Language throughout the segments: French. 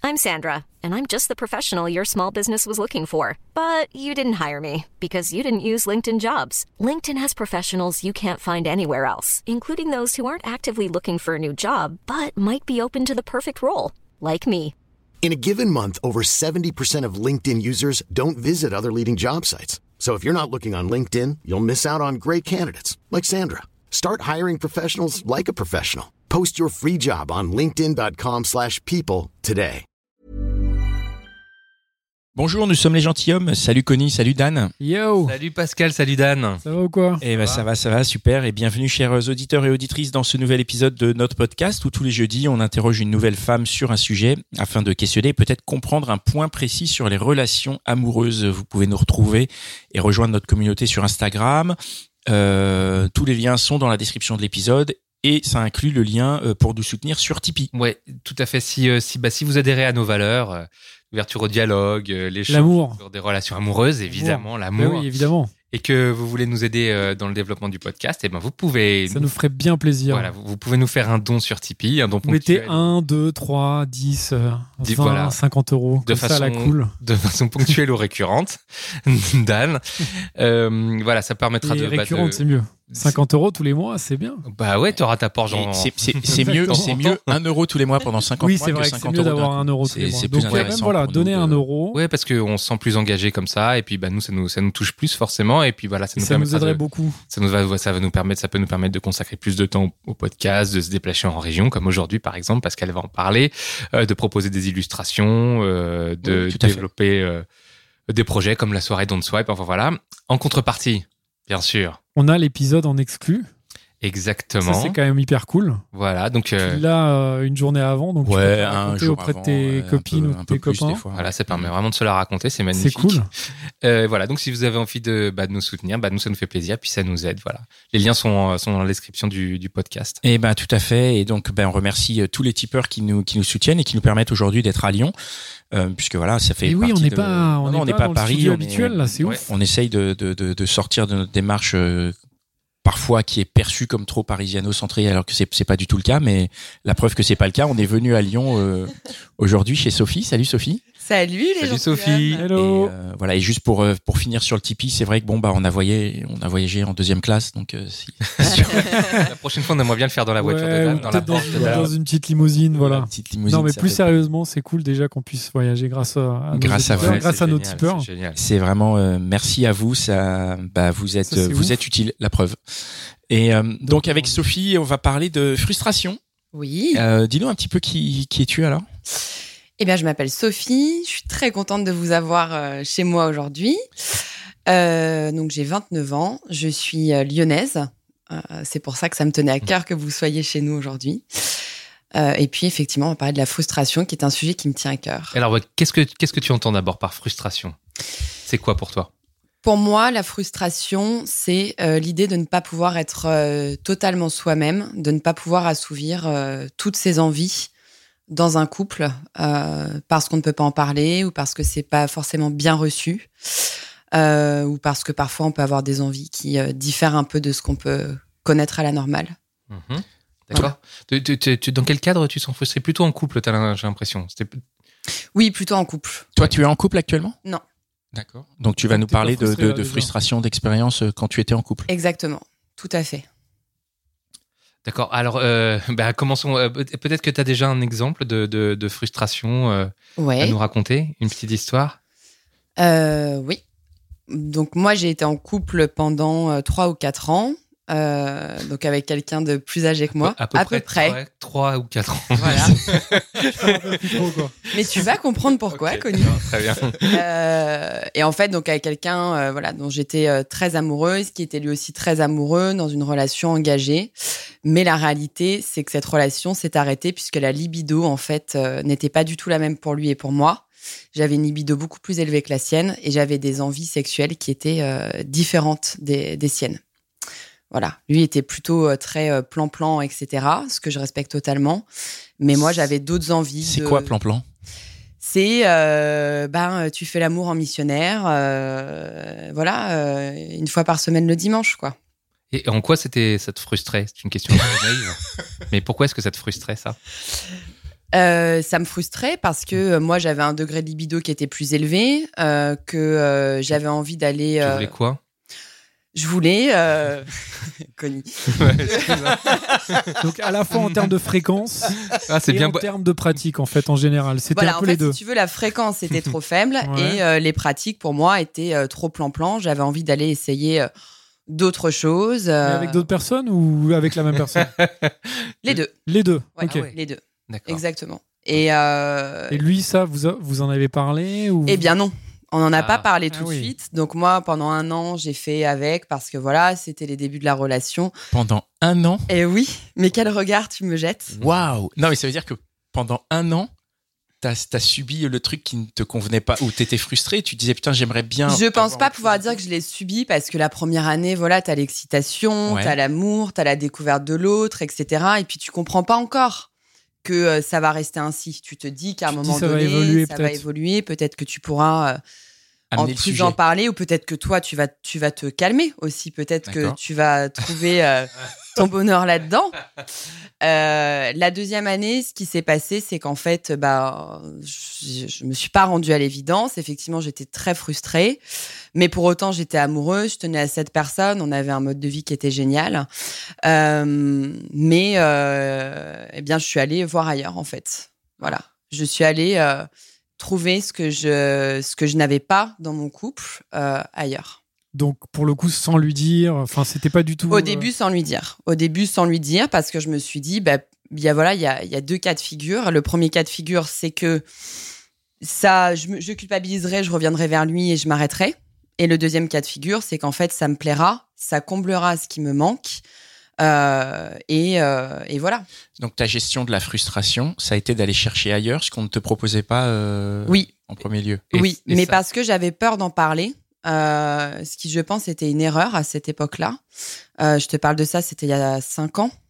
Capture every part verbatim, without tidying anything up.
I'm Sandra, and I'm just the professional your small business was looking for. But you didn't hire me because you didn't use LinkedIn Jobs. LinkedIn has professionals you can't find anywhere else, including those who aren't actively looking for a new job, but might be open to the perfect role, like me. In a given month, over seventy percent of LinkedIn users don't visit other leading job sites. So if you're not looking on LinkedIn, you'll miss out on great candidates like Sandra. Start hiring professionals like a professional. Post your free job on linkedin.com slash people today. Bonjour, nous sommes les gentilshommes. Salut Connie, salut Dan. Yo. Salut Pascal, salut Dan. Ça va ou quoi? Eh ben ça va, ça va, super. Et bienvenue chers auditeurs et auditrices dans ce nouvel épisode de notre podcast où tous les jeudis on interroge une nouvelle femme sur un sujet afin de questionner et peut-être comprendre un point précis sur les relations amoureuses. Vous pouvez nous retrouver et rejoindre notre communauté sur Instagram. Euh, tous les liens sont dans la description de l'épisode. Et ça inclut le lien pour nous soutenir sur Tipeee. Ouais, tout à fait. Si, euh, si, bah, si vous adhérez à nos valeurs, euh, l'ouverture au dialogue, euh, l'échange l'amour. sur des relations amoureuses, évidemment, l'amour. Ben oui, évidemment. Et que vous voulez nous aider euh, dans le développement du podcast, et ben vous pouvez. Ça nous ferait bien plaisir. Voilà, vous, vous pouvez nous faire un don sur Tipeee, un don vous ponctuel. mettez un, deux, trois, dix, vingt, voilà. cinquante euros. De comme façon, ça, à la cool. de façon ponctuelle ou récurrente. Dan. Euh, voilà, ça permettra Et de. récurrente, bah, de... c'est mieux. cinquante euros tous les mois, c'est bien. Bah ouais, t'auras ta porte en. C'est, c'est, c'est mieux, c'est mieux un euro tous les mois pendant cinquante oui, mois. c'est vrai que que c'est mieux d'avoir un euro tous les mois. Donc, ouais, même voilà, donner un euro. Ouais, parce qu'on se sent plus engagé comme ça, et puis bah nous, ça nous, ça nous touche plus forcément, et puis voilà, ça nous ça nous aiderait de, beaucoup. Ça nous va, ça va nous permettre, ça peut nous permettre de consacrer plus de temps au, au podcast, de se déplacer en région, comme aujourd'hui par exemple, parce qu'elle va en parler, euh, de proposer des illustrations, euh, de oui, développer euh, des projets comme la soirée Don't Swipe. Enfin voilà. En contrepartie, bien sûr. On a l'épisode en exclu. Exactement. Ça, c'est quand même hyper cool. Voilà, donc euh... tu l'as euh, une journée avant, donc ouais, tu peux un raconter jour auprès avant, de tes ouais, copines peu, ou de tes copains. Fois, voilà, ça permet vraiment de se la raconter, c'est magnifique. C'est cool. Euh, voilà, donc si vous avez envie de, bah, de nous soutenir, bah, nous ça nous fait plaisir, puis ça nous aide. Voilà, les liens sont, sont dans la description du, du podcast. Et ben tout à fait. Et donc ben on remercie tous les tipeurs qui nous qui nous soutiennent et qui nous permettent aujourd'hui d'être à Lyon. Euh, puisque voilà, ça fait. Et oui, on n'est de... pas, on non, n'est pas, pas, pas dans à Paris, le studio on habituel est... là, c'est ouais, ouf. On essaye de, de, de, de sortir de notre démarche. Euh, parfois qui est perçu comme trop parisiano-centré alors que c'est c'est pas du tout le cas, mais la preuve que c'est pas le cas, on est venu à Lyon euh, aujourd'hui chez Sophie. Salut Sophie. Salut les Salut gens. Sophie. Hello. Et, euh, voilà, et juste pour euh, pour finir sur le Tipeee, c'est vrai que bon bah on a voyagé on a voyagé en deuxième classe, donc euh, si. La prochaine fois on aimerait bien le faire dans la voiture ouais, de Dan, ou dans la peut-être dans, porte de Dan. dans une petite limousine, voilà. Petite limousine, Non mais ça plus fait- sérieusement, c'est cool déjà qu'on puisse voyager grâce à, à nos Grâce à auditeurs, vous. grâce C'est à nos génial, tipeurs. c'est génial. C'est vraiment euh, merci à vous, ça bah vous êtes Ça, c'est vous ouf. êtes utile, la preuve. Et euh, donc avec Sophie, on va parler de frustration. Oui. Euh, dis-nous un petit peu qui qui es-tu alors? Eh bien, je m'appelle Sophie. Je suis très contente de vous avoir euh, chez moi aujourd'hui. Euh, donc, j'ai vingt-neuf ans. Je suis euh, lyonnaise. Euh, c'est pour ça que ça me tenait à cœur que vous soyez chez nous aujourd'hui. Euh, et puis, effectivement, on va parler de la frustration, qui est un sujet qui me tient à cœur. Alors, ouais, qu'est-ce que qu'est-ce que tu entends d'abord par frustration? C'est quoi pour toi? Pour moi, la frustration, c'est euh, l'idée de ne pas pouvoir être euh, totalement soi-même, de ne pas pouvoir assouvir euh, toutes ses envies dans un couple euh, parce qu'on ne peut pas en parler ou parce que c'est pas forcément bien reçu euh, ou parce que parfois on peut avoir des envies qui euh, diffèrent un peu de ce qu'on peut connaître à la normale. Mmh. D'accord. Tu, tu, tu, tu- dans quel cadre tu sens frustré? Plutôt en couple, t'as l'im- j'ai l'impression. C'était... Oui, plutôt en couple. Toi, tu es en couple actuellement? Non. D'accord. Donc tu vas Donc, nous t'es pas parler de, frustré, de, là, de déjà. frustration, d'expérience euh, quand tu étais en couple. Exactement, tout à fait. D'accord. Alors, euh, bah, commençons. euh, peut- peut-être que tu as déjà un exemple de, de, de frustration euh, à Ouais. nous raconter, une petite histoire. Euh, oui. Donc moi, j'ai été en couple pendant euh, trois ou quatre ans. Euh, donc avec quelqu'un de plus âgé que moi, à peu près. trois ou quatre ans. Voilà. Plus trop, quoi. Mais tu vas comprendre pourquoi, Ok, Connie. d'accord, très bien. Euh, et en fait, donc avec quelqu'un, euh, voilà, dont j'étais euh, très amoureuse, qui était lui aussi très amoureux, dans une relation engagée. Mais la réalité, c'est que cette relation s'est arrêtée puisque la libido, en fait, euh, n'était pas du tout la même pour lui et pour moi. J'avais une libido beaucoup plus élevée que la sienne et j'avais des envies sexuelles qui étaient euh, différentes des, des siennes. Voilà, lui était plutôt euh, très euh, plan-plan, et cetera, ce que je respecte totalement. Mais moi, j'avais d'autres envies. C'est de... quoi plan-plan? C'est, euh, ben, tu fais l'amour en missionnaire, euh, voilà, euh, une fois par semaine le dimanche, quoi. Et en quoi c'était, ça te frustrait? C'est une question un peu naïve. Mais pourquoi est-ce que ça te frustrait, ça? Euh, ça me frustrait parce que euh, moi j'avais un degré de libido qui était plus élevé, euh, que euh, j'avais envie d'aller. Euh... Tu voulais quoi ? Je voulais. Euh... Connie. Ouais, donc à la fois en termes de fréquence ah, c'est et bien en termes de pratique en fait en général. C'était voilà, un peu en fait, les deux. Si tu veux, la fréquence était trop faible ouais. et euh, les pratiques pour moi étaient euh, trop plan-plan. J'avais envie d'aller essayer. Euh, d'autres choses. Euh... Mais avec d'autres personnes ou avec la même personne ? Les deux. Les deux, ouais, ok. Ah ouais. Les deux, d'accord. Exactement. Et, euh... Et lui, ça, vous, a, vous en avez parlé ou... Eh bien non, on n'en a ah. pas parlé tout ah, de oui. suite. Donc moi, pendant un an, j'ai fait avec parce que voilà, c'était les débuts de la relation. Pendant un an ? Eh oui, mais quel regard tu me jettes ? Waouh ! Non, mais ça veut dire que pendant un an, T'as, t'as subi le truc qui ne te convenait pas, ou t'étais frustrée, tu disais putain j'aimerais bien. Je pense pas pouvoir dire que je l'ai subi parce que la première année, voilà, t'as l'excitation, ouais. t'as l'amour, t'as la découverte de l'autre, et cetera. Et puis tu comprends pas encore que euh, ça va rester ainsi. Tu te dis qu'à un tu moment dis, ça donné, va évoluer, ça peut-être. va évoluer. Peut-être que tu pourras euh, en plus sujet. en parler, ou peut-être que toi tu vas tu vas te calmer aussi. Peut-être D'accord. que tu vas trouver euh, ton bonheur là-dedans. Euh, la deuxième année, ce qui s'est passé, c'est qu'en fait, bah, je, je me suis pas rendue à l'évidence. Effectivement, j'étais très frustrée, mais pour autant, j'étais amoureuse. Je tenais à cette personne. On avait un mode de vie qui était génial. Euh, mais, euh, eh bien, je suis allée voir ailleurs, en fait. Voilà, je suis allée euh, trouver ce que je, ce que je n'avais pas dans mon couple euh, ailleurs. Donc, pour le coup, sans lui dire, enfin, c'était pas du tout... Au début, sans lui dire. Au début, sans lui dire, parce que je me suis dit, bah, y a, voilà, il y a, y a deux cas de figure. Le premier cas de figure, c'est que ça, je, je culpabiliserai, je reviendrai vers lui et je m'arrêterai. Et le deuxième cas de figure, c'est qu'en fait, ça me plaira, ça comblera ce qui me manque. Euh, et, euh, et voilà. Donc, ta gestion de la frustration, ça a été d'aller chercher ailleurs ce qu'on ne te proposait pas euh, oui. en premier lieu. Et, oui, et mais ça... parce que j'avais peur d'en parler. Euh, ce qui, je pense, était une erreur à cette époque-là. Euh, je te parle de ça, c'était il y a cinq ans.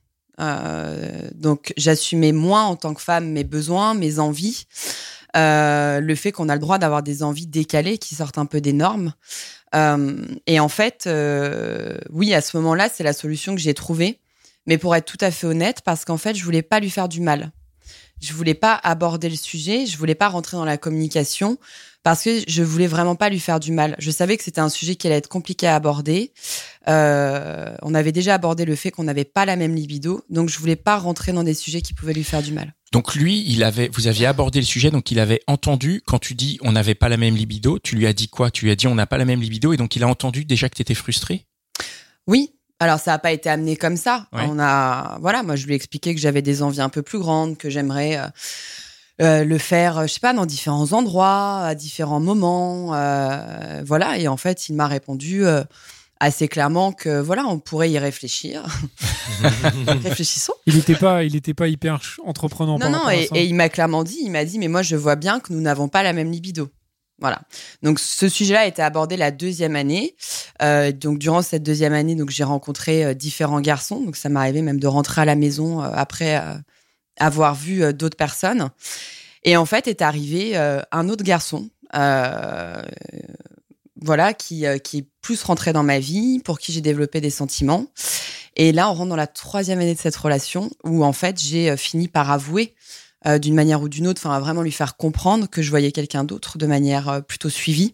Euh, donc, j'assumais moins en tant que femme mes besoins, mes envies. Euh, le fait qu'on a le droit d'avoir des envies décalées qui sortent un peu des normes. Euh, et en fait, euh, oui, à ce moment-là, c'est la solution que j'ai trouvée. Mais pour être tout à fait honnête, parce qu'en fait, je voulais pas lui faire du mal. Je voulais pas aborder le sujet, je voulais pas rentrer dans la communication parce que je voulais vraiment pas lui faire du mal. Je savais que c'était un sujet qui allait être compliqué à aborder. Euh, on avait déjà abordé le fait qu'on n'avait pas la même libido, donc je voulais pas rentrer dans des sujets qui pouvaient lui faire du mal. Donc lui, il avait, vous aviez abordé le sujet, donc il avait entendu quand tu dis on n'avait pas la même libido. Tu lui as dit quoi ? Tu lui as dit on n'a pas la même libido et donc il a entendu déjà que t'étais frustrée ? Oui. Alors, ça n'a pas été amené comme ça. Ouais. On a, voilà, moi, je lui ai expliqué que j'avais des envies un peu plus grandes, que j'aimerais euh, euh, le faire, je sais pas, dans différents endroits, à différents moments, euh, voilà. Et en fait, il m'a répondu euh, assez clairement que, voilà, on pourrait y réfléchir. Réfléchissons. Il n'était pas, il était pas hyper entreprenant. Non, non, et, et il m'a clairement dit, il m'a dit, mais moi, je vois bien que nous n'avons pas la même libido. Voilà. Donc ce sujet-là a été abordé la deuxième année. Euh, donc durant cette deuxième année, donc j'ai rencontré euh, différents garçons. Donc ça m'est arrivé même de rentrer à la maison euh, après euh, avoir vu euh, d'autres personnes. Et en fait est arrivé euh, un autre garçon, euh, voilà, qui euh, qui est plus rentré dans ma vie, pour qui j'ai développé des sentiments. Et là, on rentre dans la troisième année de cette relation où en fait j'ai euh, fini par avouer. Euh, d'une manière ou d'une autre, enfin, à vraiment lui faire comprendre que je voyais quelqu'un d'autre de manière euh, plutôt suivie.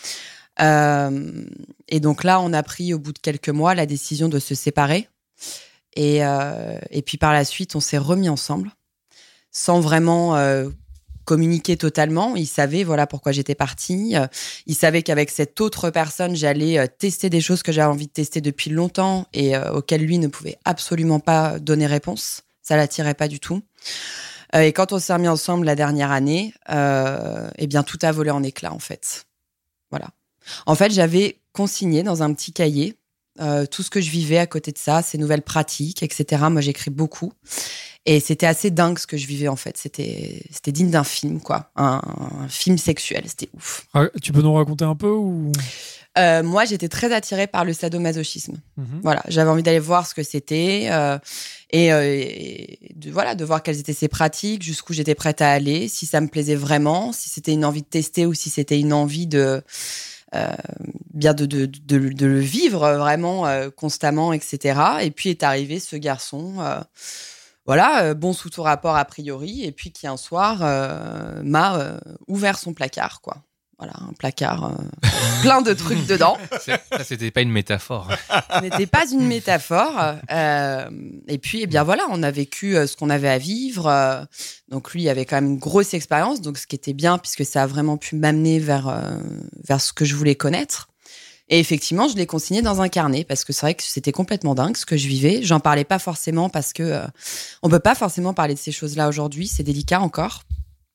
Euh, et donc là, on a pris au bout de quelques mois la décision de se séparer. Et, euh, et puis par la suite, on s'est remis ensemble, sans vraiment euh, communiquer totalement. Il savait voilà pourquoi j'étais partie. Euh, il savait qu'avec cette autre personne, j'allais euh, tester des choses que j'avais envie de tester depuis longtemps et euh, auxquelles lui ne pouvait absolument pas donner réponse. Ça l'attirait pas du tout. Et quand on s'est remis ensemble la dernière année, euh, eh bien, tout a volé en éclats, en fait. Voilà. En fait, j'avais consigné dans un petit cahier euh, tout ce que je vivais à côté de ça, ces nouvelles pratiques, et cetera. Moi, j'écris beaucoup. Et c'était assez dingue ce que je vivais, en fait. C'était, c'était digne d'un film, quoi. Un, un film sexuel. C'était ouf. Ah, tu peux nous raconter un peu ou... Euh, moi, j'étais très attirée par le sadomasochisme. Mmh. Voilà, j'avais envie d'aller voir ce que c'était euh, et, euh, et de, voilà, de voir quelles étaient ses pratiques, jusqu'où j'étais prête à aller, si ça me plaisait vraiment, si c'était une envie de tester ou si c'était une envie de euh, bien de, de, de, de le vivre vraiment euh, constamment, et cetera. Et puis est arrivé ce garçon, euh, voilà, euh, bon sous tout rapport a priori, et puis qui un soir euh, m'a euh, ouvert son placard, quoi. Voilà, un placard euh, plein de trucs dedans. C'est, ça, c'était pas une métaphore. Ce n'était pas une métaphore. Euh, et puis, eh bien voilà, on a vécu euh, ce qu'on avait à vivre. Euh, donc lui, il avait quand même une grosse expérience, donc ce qui était bien, puisque ça a vraiment pu m'amener vers, euh, vers ce que je voulais connaître. Et effectivement, je l'ai consigné dans un carnet, parce que c'est vrai que c'était complètement dingue ce que je vivais. J'en parlais pas forcément, parce que euh, on peut pas forcément parler de ces choses-là aujourd'hui, c'est délicat encore.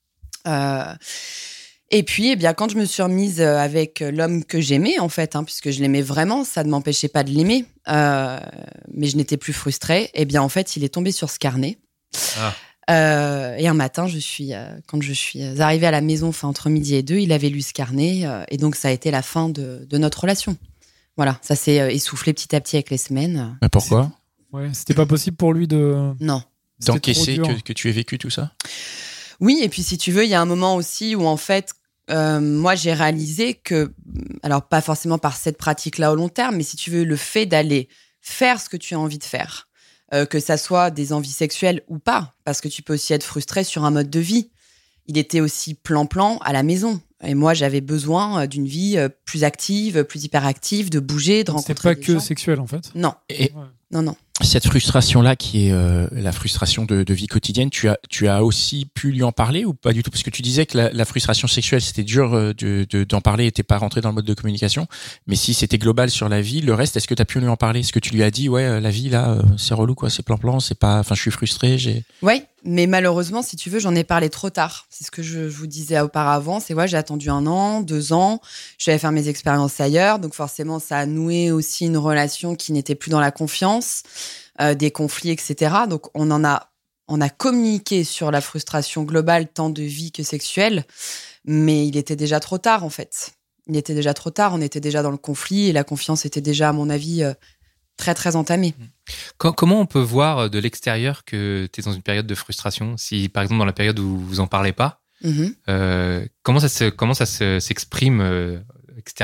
Euh, Et puis, eh bien, quand je me suis remise avec l'homme que j'aimais, en fait, hein, puisque je l'aimais vraiment, ça ne m'empêchait pas de l'aimer, euh, mais je n'étais plus frustrée. Eh bien, en fait, il est tombé sur ce carnet. Ah. Euh, et un matin, je suis, euh, quand je suis arrivée à la maison, enfin, entre midi et deux, il avait lu ce carnet, euh, et donc ça a été la fin de, de notre relation. Voilà, ça s'est euh, essoufflé petit à petit avec les semaines. Mais pourquoi ? Ouais, c'était pas possible pour lui de. Non. D'encaisser que, que tu aies vécu tout ça ? Oui, et puis si tu veux, il y a un moment aussi où en fait, euh, moi j'ai réalisé que, alors pas forcément par cette pratique-là au long terme, mais si tu veux, le fait d'aller faire ce que tu as envie de faire, euh, que ça soit des envies sexuelles ou pas, parce que tu peux aussi être frustré sur un mode de vie. Il était aussi plan-plan à la maison. Et moi, j'avais besoin d'une vie plus active, plus hyperactive, de bouger, de rencontrer des gens. C'était pas que sexuel, en fait. Non. Et ouais. Non, non. Cette frustration-là, qui est euh, la frustration de, de vie quotidienne, tu as, tu as aussi pu lui en parler ou pas du tout ? Parce que tu disais que la, la frustration sexuelle, c'était dur euh, de, de, d'en parler et t'es pas rentré dans le mode de communication. Mais si c'était global sur la vie, le reste, est-ce que tu as pu lui en parler ? Est-ce que tu lui as dit, ouais, la vie, là, euh, c'est relou, quoi, c'est plan-plan, c'est pas, enfin, je suis frustré, j'ai... Ouais, mais malheureusement, si tu veux, j'en ai parlé trop tard. C'est ce que je, je vous disais auparavant. C'est ouais, j'ai attendu un an, deux ans. Je vais faire mes expériences ailleurs. Donc forcément, ça a noué aussi une relation qui n'était plus dans la confiance. Euh, des conflits, et cetera. Donc, on en a, on a communiqué sur la frustration globale, tant de vie que sexuelle, mais il était déjà trop tard, en fait. Il était déjà trop tard, on était déjà dans le conflit et la confiance était déjà, à mon avis, euh, très, très entamée. Comment on peut voir de l'extérieur que tu es dans une période de frustration ? Si, par exemple, dans la période où vous en parlez pas, mm-hmm. euh, comment ça, se, comment ça se, s'exprime euh, extérieurement ?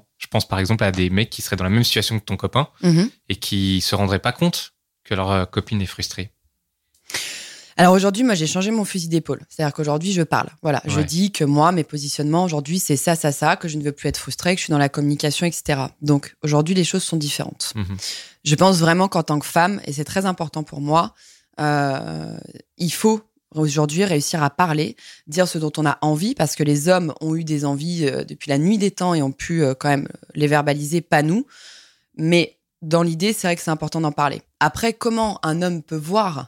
Je pense, par exemple, à des mecs qui seraient dans la même situation que ton copain mm-hmm. et qui se rendraient pas compte que leur euh, copine est frustrée. Alors aujourd'hui, moi, j'ai changé mon fusil d'épaule. C'est-à-dire qu'aujourd'hui, je parle. Voilà, ouais. Je dis que moi, mes positionnements aujourd'hui, c'est ça, ça, ça, que je ne veux plus être frustrée, que je suis dans la communication, et cetera. Donc aujourd'hui, les choses sont différentes. Mm-hmm. Je pense vraiment qu'en tant que femme, et c'est très important pour moi, euh, il faut aujourd'hui réussir à parler, dire ce dont on a envie, parce que les hommes ont eu des envies euh, depuis la nuit des temps et ont pu euh, quand même les verbaliser, pas nous. Mais dans l'idée, c'est vrai que c'est important d'en parler. Après, comment un homme peut voir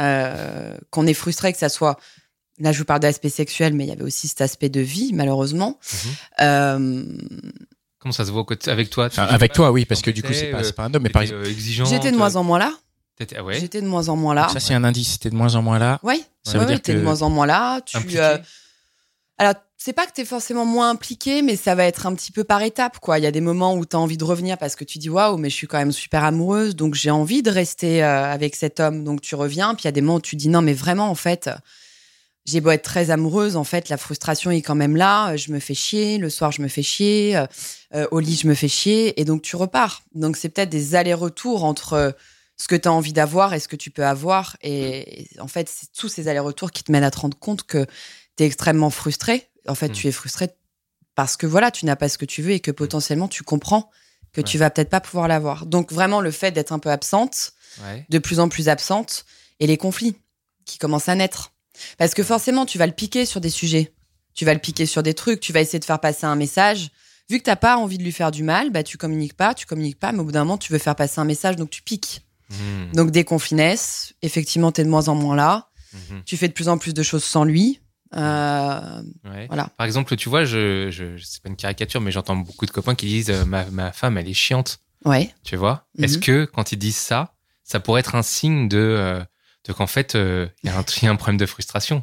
euh, qu'on est frustré, que ça soit... Là, je vous parle de l'aspect sexuel, mais il y avait aussi cet aspect de vie, malheureusement. Mmh. Euh... Comment ça se voit avec toi ? Enfin, avec toi, oui, parce que du coup, c'est pas, c'est pas un homme, mais par exemple... J'étais de moins en moins là. Ah ouais. J'étais de moins en moins là. Ça, c'est un indice, t'es de moins en moins là. Oui, ça ouais, veut ouais, dire t'es que... de moins en moins là. Tu, euh... Alors, c'est pas que t'es forcément moins impliqué, mais ça va être un petit peu par étapes, quoi. Il y a des moments où t'as envie de revenir parce que tu dis waouh, mais je suis quand même super amoureuse, donc j'ai envie de rester euh, avec cet homme, donc tu reviens. Puis il y a des moments où tu dis non, mais vraiment, en fait, j'ai beau être très amoureuse, en fait, la frustration est quand même là. Je me fais chier, le soir, je me fais chier, euh, au lit, je me fais chier, et donc tu repars. Donc c'est peut-être des allers-retours entre ce que t'as envie d'avoir et ce que tu peux avoir, et, et en fait, c'est tous ces allers-retours qui te mènent à te rendre compte que t'es extrêmement frustré. En fait, mmh. tu es frustré parce que voilà, tu n'as pas ce que tu veux et que potentiellement tu comprends que ouais. tu vas peut-être pas pouvoir l'avoir. Donc vraiment, le fait d'être un peu absente, ouais. de plus en plus absente, et les conflits qui commencent à naître. Parce que forcément, tu vas le piquer sur des sujets. Tu vas le piquer sur des trucs. Tu vas essayer de faire passer un message. Vu que t'as pas envie de lui faire du mal, bah tu communiques pas, tu communiques pas, mais au bout d'un moment, tu veux faire passer un message, donc tu piques. Mmh. Donc des conflits naissent. Effectivement, t'es de moins en moins là. Mmh. Tu fais de plus en plus de choses sans lui. Euh, ouais. Voilà. Par exemple, tu vois, je, je, c'est pas une caricature, mais j'entends beaucoup de copains qui disent euh, ma, ma femme, elle est chiante. Ouais. Tu vois. Mm-hmm. Est-ce que quand ils disent ça, ça pourrait être un signe de, euh, de qu'en fait, il euh, y, y a un problème de frustration?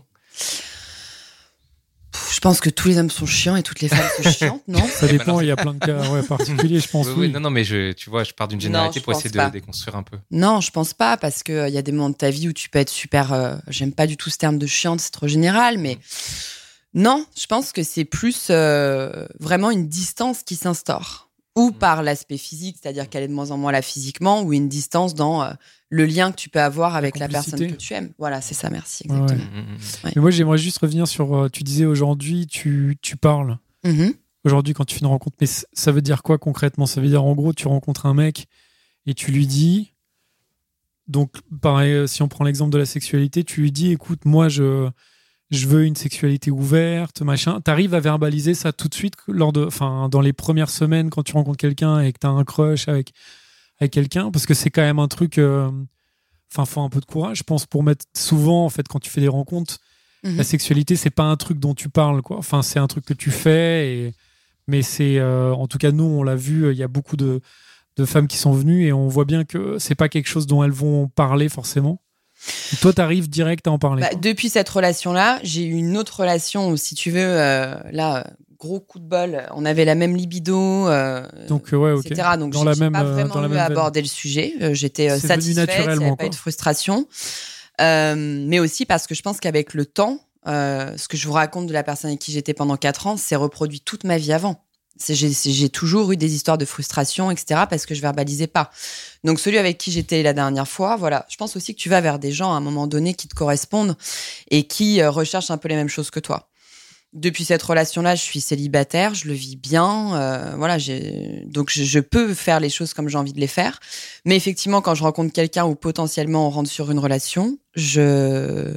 Je pense que tous les hommes sont chiants et toutes les femmes sont chiantes, non? Ça dépend, il y a plein de cas ouais, particuliers, je pense. Oui, oui. Oui. Non, non, mais je, tu vois, je pars d'une généralité non, pour essayer pas. de déconstruire un peu. Non, je pense pas, parce qu'il euh, y a des moments de ta vie où tu peux être super... Euh, j'aime pas du tout ce terme de chiante, c'est trop général, mais... Non, je pense que c'est plus euh, vraiment une distance qui s'instaure. ou par l'aspect physique, c'est-à-dire qu'elle est de moins en moins là physiquement, ou une distance dans euh, le lien que tu peux avoir avec la, la personne que tu aimes. Voilà, c'est ça, merci. Exactement. Ouais, ouais. Ouais. Mais moi, j'aimerais juste revenir sur, euh, tu disais aujourd'hui, tu, tu parles. Mm-hmm. Aujourd'hui, quand tu fais une rencontre, mais c- ça veut dire quoi concrètement ? Ça veut dire, en gros, tu rencontres un mec et tu lui dis, donc, pareil, si on prend l'exemple de la sexualité, tu lui dis, écoute, moi, je... je veux une sexualité ouverte, machin. T'arrives à verbaliser ça tout de suite lors de, enfin, dans les premières semaines quand tu rencontres quelqu'un et que t'as un crush avec, avec quelqu'un, parce que c'est quand même un truc, euh, enfin, faut un peu de courage, je pense, pour mettre souvent, en fait, quand tu fais des rencontres, mm-hmm. la sexualité, c'est pas un truc dont tu parles, quoi. Enfin, c'est un truc que tu fais, et, mais c'est, euh, en tout cas, nous, on l'a vu, il y a beaucoup de, de femmes qui sont venues et on voit bien que c'est pas quelque chose dont elles vont parler forcément. Et toi, t'arrives direct à en parler. Bah, depuis cette relation-là, j'ai eu une autre relation où, si tu veux, euh, là, gros coup de bol, on avait la même libido, euh, donc, ouais, okay. et cetera. Donc, dans j'ai, la j'ai même, pas vraiment dans la eu même à aborder le sujet. Euh, j'étais euh, satisfaite, il n'y avait pas eu de frustration. Euh, mais aussi parce que je pense qu'avec le temps, euh, ce que je vous raconte de la personne avec qui j'étais pendant quatre ans, c'est reproduit toute ma vie avant. C'est, j'ai, j'ai toujours eu des histoires de frustration, et cetera, parce que je verbalisais pas. Donc, celui avec qui j'étais la dernière fois, voilà. Je pense aussi que tu vas vers des gens, à un moment donné, qui te correspondent et qui euh, recherchent un peu les mêmes choses que toi. Depuis cette relation-là, je suis célibataire, je le vis bien, euh, voilà. J'ai... Donc, je, je peux faire les choses comme j'ai envie de les faire. Mais effectivement, quand je rencontre quelqu'un ou potentiellement on rentre sur une relation, je...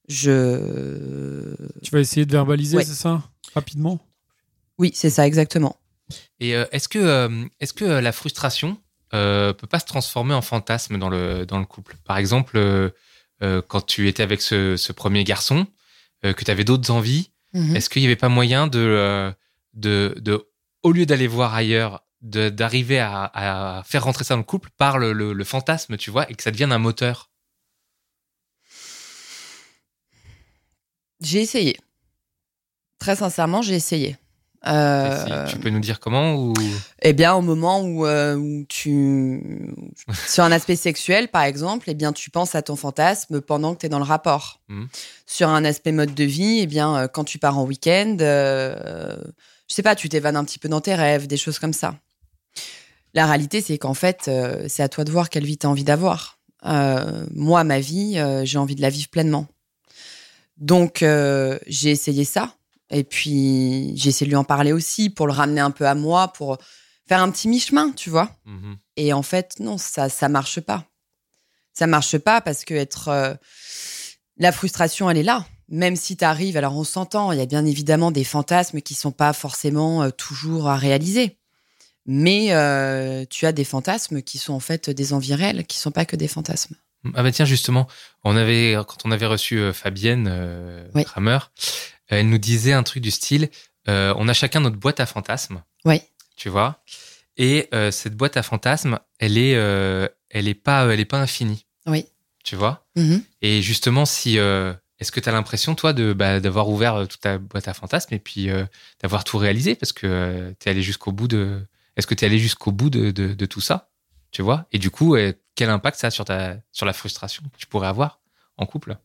je... Tu vas essayer de verbaliser, ouais. C'est ça ? Rapidement ? Oui, c'est ça, exactement. Et euh, est-ce que, euh, est-ce que euh, la frustration euh, peut pas se transformer en fantasme dans le, dans le couple ? Par exemple, euh, euh, quand tu étais avec ce, ce premier garçon, euh, que tu avais d'autres envies, mm-hmm. est-ce qu'il n'y avait pas moyen de, euh, de, de, au lieu d'aller voir ailleurs, de, d'arriver à, à faire rentrer ça dans le couple par le, le, le fantasme, tu vois, et que ça devienne un moteur ? J'ai essayé. Très sincèrement, j'ai essayé. Euh, si tu peux nous dire comment ou... Eh bien, au moment où, euh, où tu... Sur un aspect sexuel, par exemple, eh bien, tu penses à ton fantasme pendant que tu es dans le rapport. Mmh. Sur un aspect mode de vie, eh bien, euh, quand tu pars en week-end, euh, je sais pas, tu t'évades un petit peu dans tes rêves, des choses comme ça. La réalité, c'est qu'en fait, euh, c'est à toi de voir quelle vie tu as envie d'avoir. Euh, moi, ma vie, euh, j'ai envie de la vivre pleinement. Donc, euh, j'ai essayé ça. Et puis, j'ai essayé de lui en parler aussi pour le ramener un peu à moi, pour faire un petit mi-chemin, tu vois. Mmh. Et en fait, non, ça ça marche pas. Ça marche pas parce que être euh, la frustration, elle est là. Même si tu arrives, alors on s'entend, il y a bien évidemment des fantasmes qui sont pas forcément euh, toujours à réaliser. Mais euh, tu as des fantasmes qui sont en fait des envies réelles, qui sont pas que des fantasmes. Ah bah tiens, justement, on avait, quand on avait reçu euh, Fabienne euh, oui. Kramer, elle nous disait un truc du style, euh, on a chacun notre boîte à fantasmes. Oui. Tu vois. Et euh, cette boîte à fantasmes, elle est, euh, elle est pas, elle est pas infinie. Oui. Tu vois. Mm-hmm. Et justement, si, euh, est-ce que tu as l'impression, toi, de, bah, d'avoir ouvert toute ta boîte à fantasmes et puis euh, d'avoir tout réalisé parce que euh, t'es allé jusqu'au bout de. Est-ce que t'es allé jusqu'au bout de, de, de tout ça, tu vois. Et du coup, euh, quel impact ça a sur ta, sur la frustration que tu pourrais avoir en couple?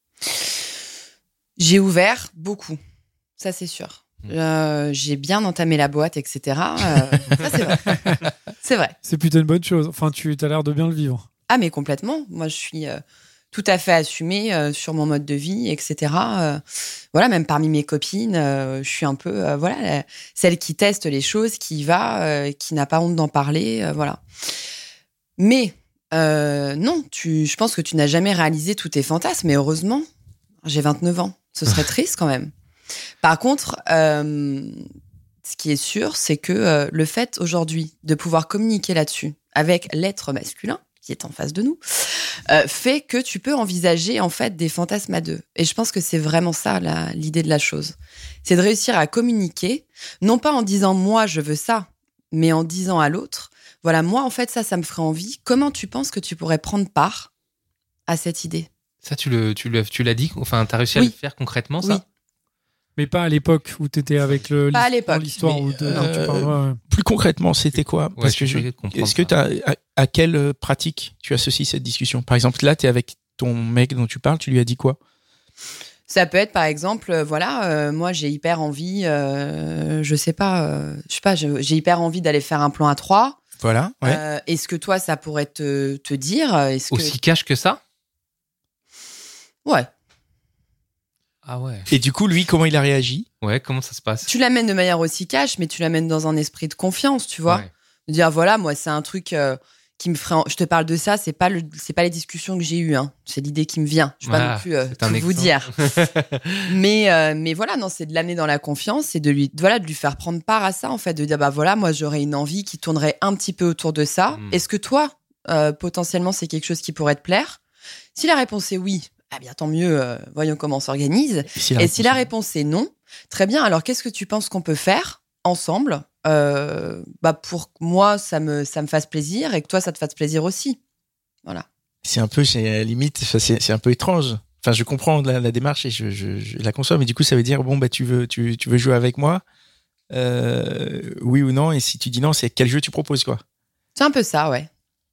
J'ai ouvert beaucoup, ça c'est sûr. Mmh. Euh, j'ai bien entamé la boîte, et cetera. Euh, ça c'est vrai. C'est vrai. C'est plutôt une bonne chose. Enfin, tu as l'air de bien le vivre. Ah mais complètement. Moi, je suis euh, tout à fait assumée euh, sur mon mode de vie, et cetera. Euh, voilà, même parmi mes copines, euh, je suis un peu euh, voilà la, celle qui teste les choses, qui y va, euh, qui n'a pas honte d'en parler, euh, voilà. Mais euh, non, tu, je pense que tu n'as jamais réalisé tous tes fantasmes. Mais heureusement, j'ai vingt-neuf ans. Ce serait triste quand même. Par contre, euh, ce qui est sûr, c'est que euh, le fait aujourd'hui de pouvoir communiquer là-dessus avec l'être masculin qui est en face de nous, euh, fait que tu peux envisager en fait des fantasmes à deux. Et je pense que c'est vraiment ça la, l'idée de la chose. C'est de réussir à communiquer, non pas en disant « moi, je veux ça », mais en disant à l'autre « voilà, moi, en fait, ça, ça me ferait envie. Comment tu penses que tu pourrais prendre part à cette idée ?» Ça, tu, le, tu, le, tu l'as dit, enfin, t'as réussi à oui. le faire concrètement, ça? Oui. Mais pas à l'époque où t'étais avec le, pas à l'époque. l'histoire. Où euh, non, tu parles, ouais. Plus concrètement, c'était quoi? ouais, Parce que je, est-ce que t'as, à, à quelle pratique tu associes cette discussion? Par exemple, là, t'es avec ton mec dont tu parles, tu lui as dit quoi? Ça peut être, par exemple, euh, voilà, euh, moi, j'ai hyper envie, euh, je sais pas, euh, je sais pas, j'ai, j'ai hyper envie d'aller faire un plan à trois. Voilà, ouais. Euh, est-ce que toi, ça pourrait te, te dire est-ce que... Aussi cash que ça? Ouais. Ah ouais. Et du coup, lui, comment il a réagi? Ouais, comment ça se passe? Tu l'amènes de manière aussi cash, mais tu l'amènes dans un esprit de confiance, tu vois. Ouais. De dire, voilà, moi, c'est un truc euh, qui me ferait... en- Je te parle de ça, c'est pas, le... c'est pas les discussions que j'ai eues, hein. C'est l'idée qui me vient. Je vais pas Ah, non plus euh, c'est un tout vous exemple. dire. mais, euh, mais voilà, non, c'est de l'amener dans la confiance et de lui, voilà, de lui faire prendre part à ça, en fait. De dire, bah voilà, moi, j'aurais une envie qui tournerait un petit peu autour de ça. Mm. Est-ce que toi, euh, potentiellement, c'est quelque chose qui pourrait te plaire? Si la réponse est oui, ah bien, tant mieux, euh, voyons comment on s'organise. Et si la Et réponse si la est- réponse est non, très bien. Alors, qu'est-ce que tu penses qu'on peut faire ensemble euh, bah pour que moi, ça me, ça me fasse plaisir et que toi, ça te fasse plaisir aussi. Voilà. C'est un peu, c'est à la limite, enfin, c'est, c'est un peu étrange. Enfin, je comprends la, la démarche et je, je, je la conçois, mais du coup, ça veut dire, bon, bah, tu veux, tu, tu veux jouer avec moi? Euh, oui ou non? Et si tu dis non, c'est quel jeu tu proposes, quoi? C'est un peu ça, ouais.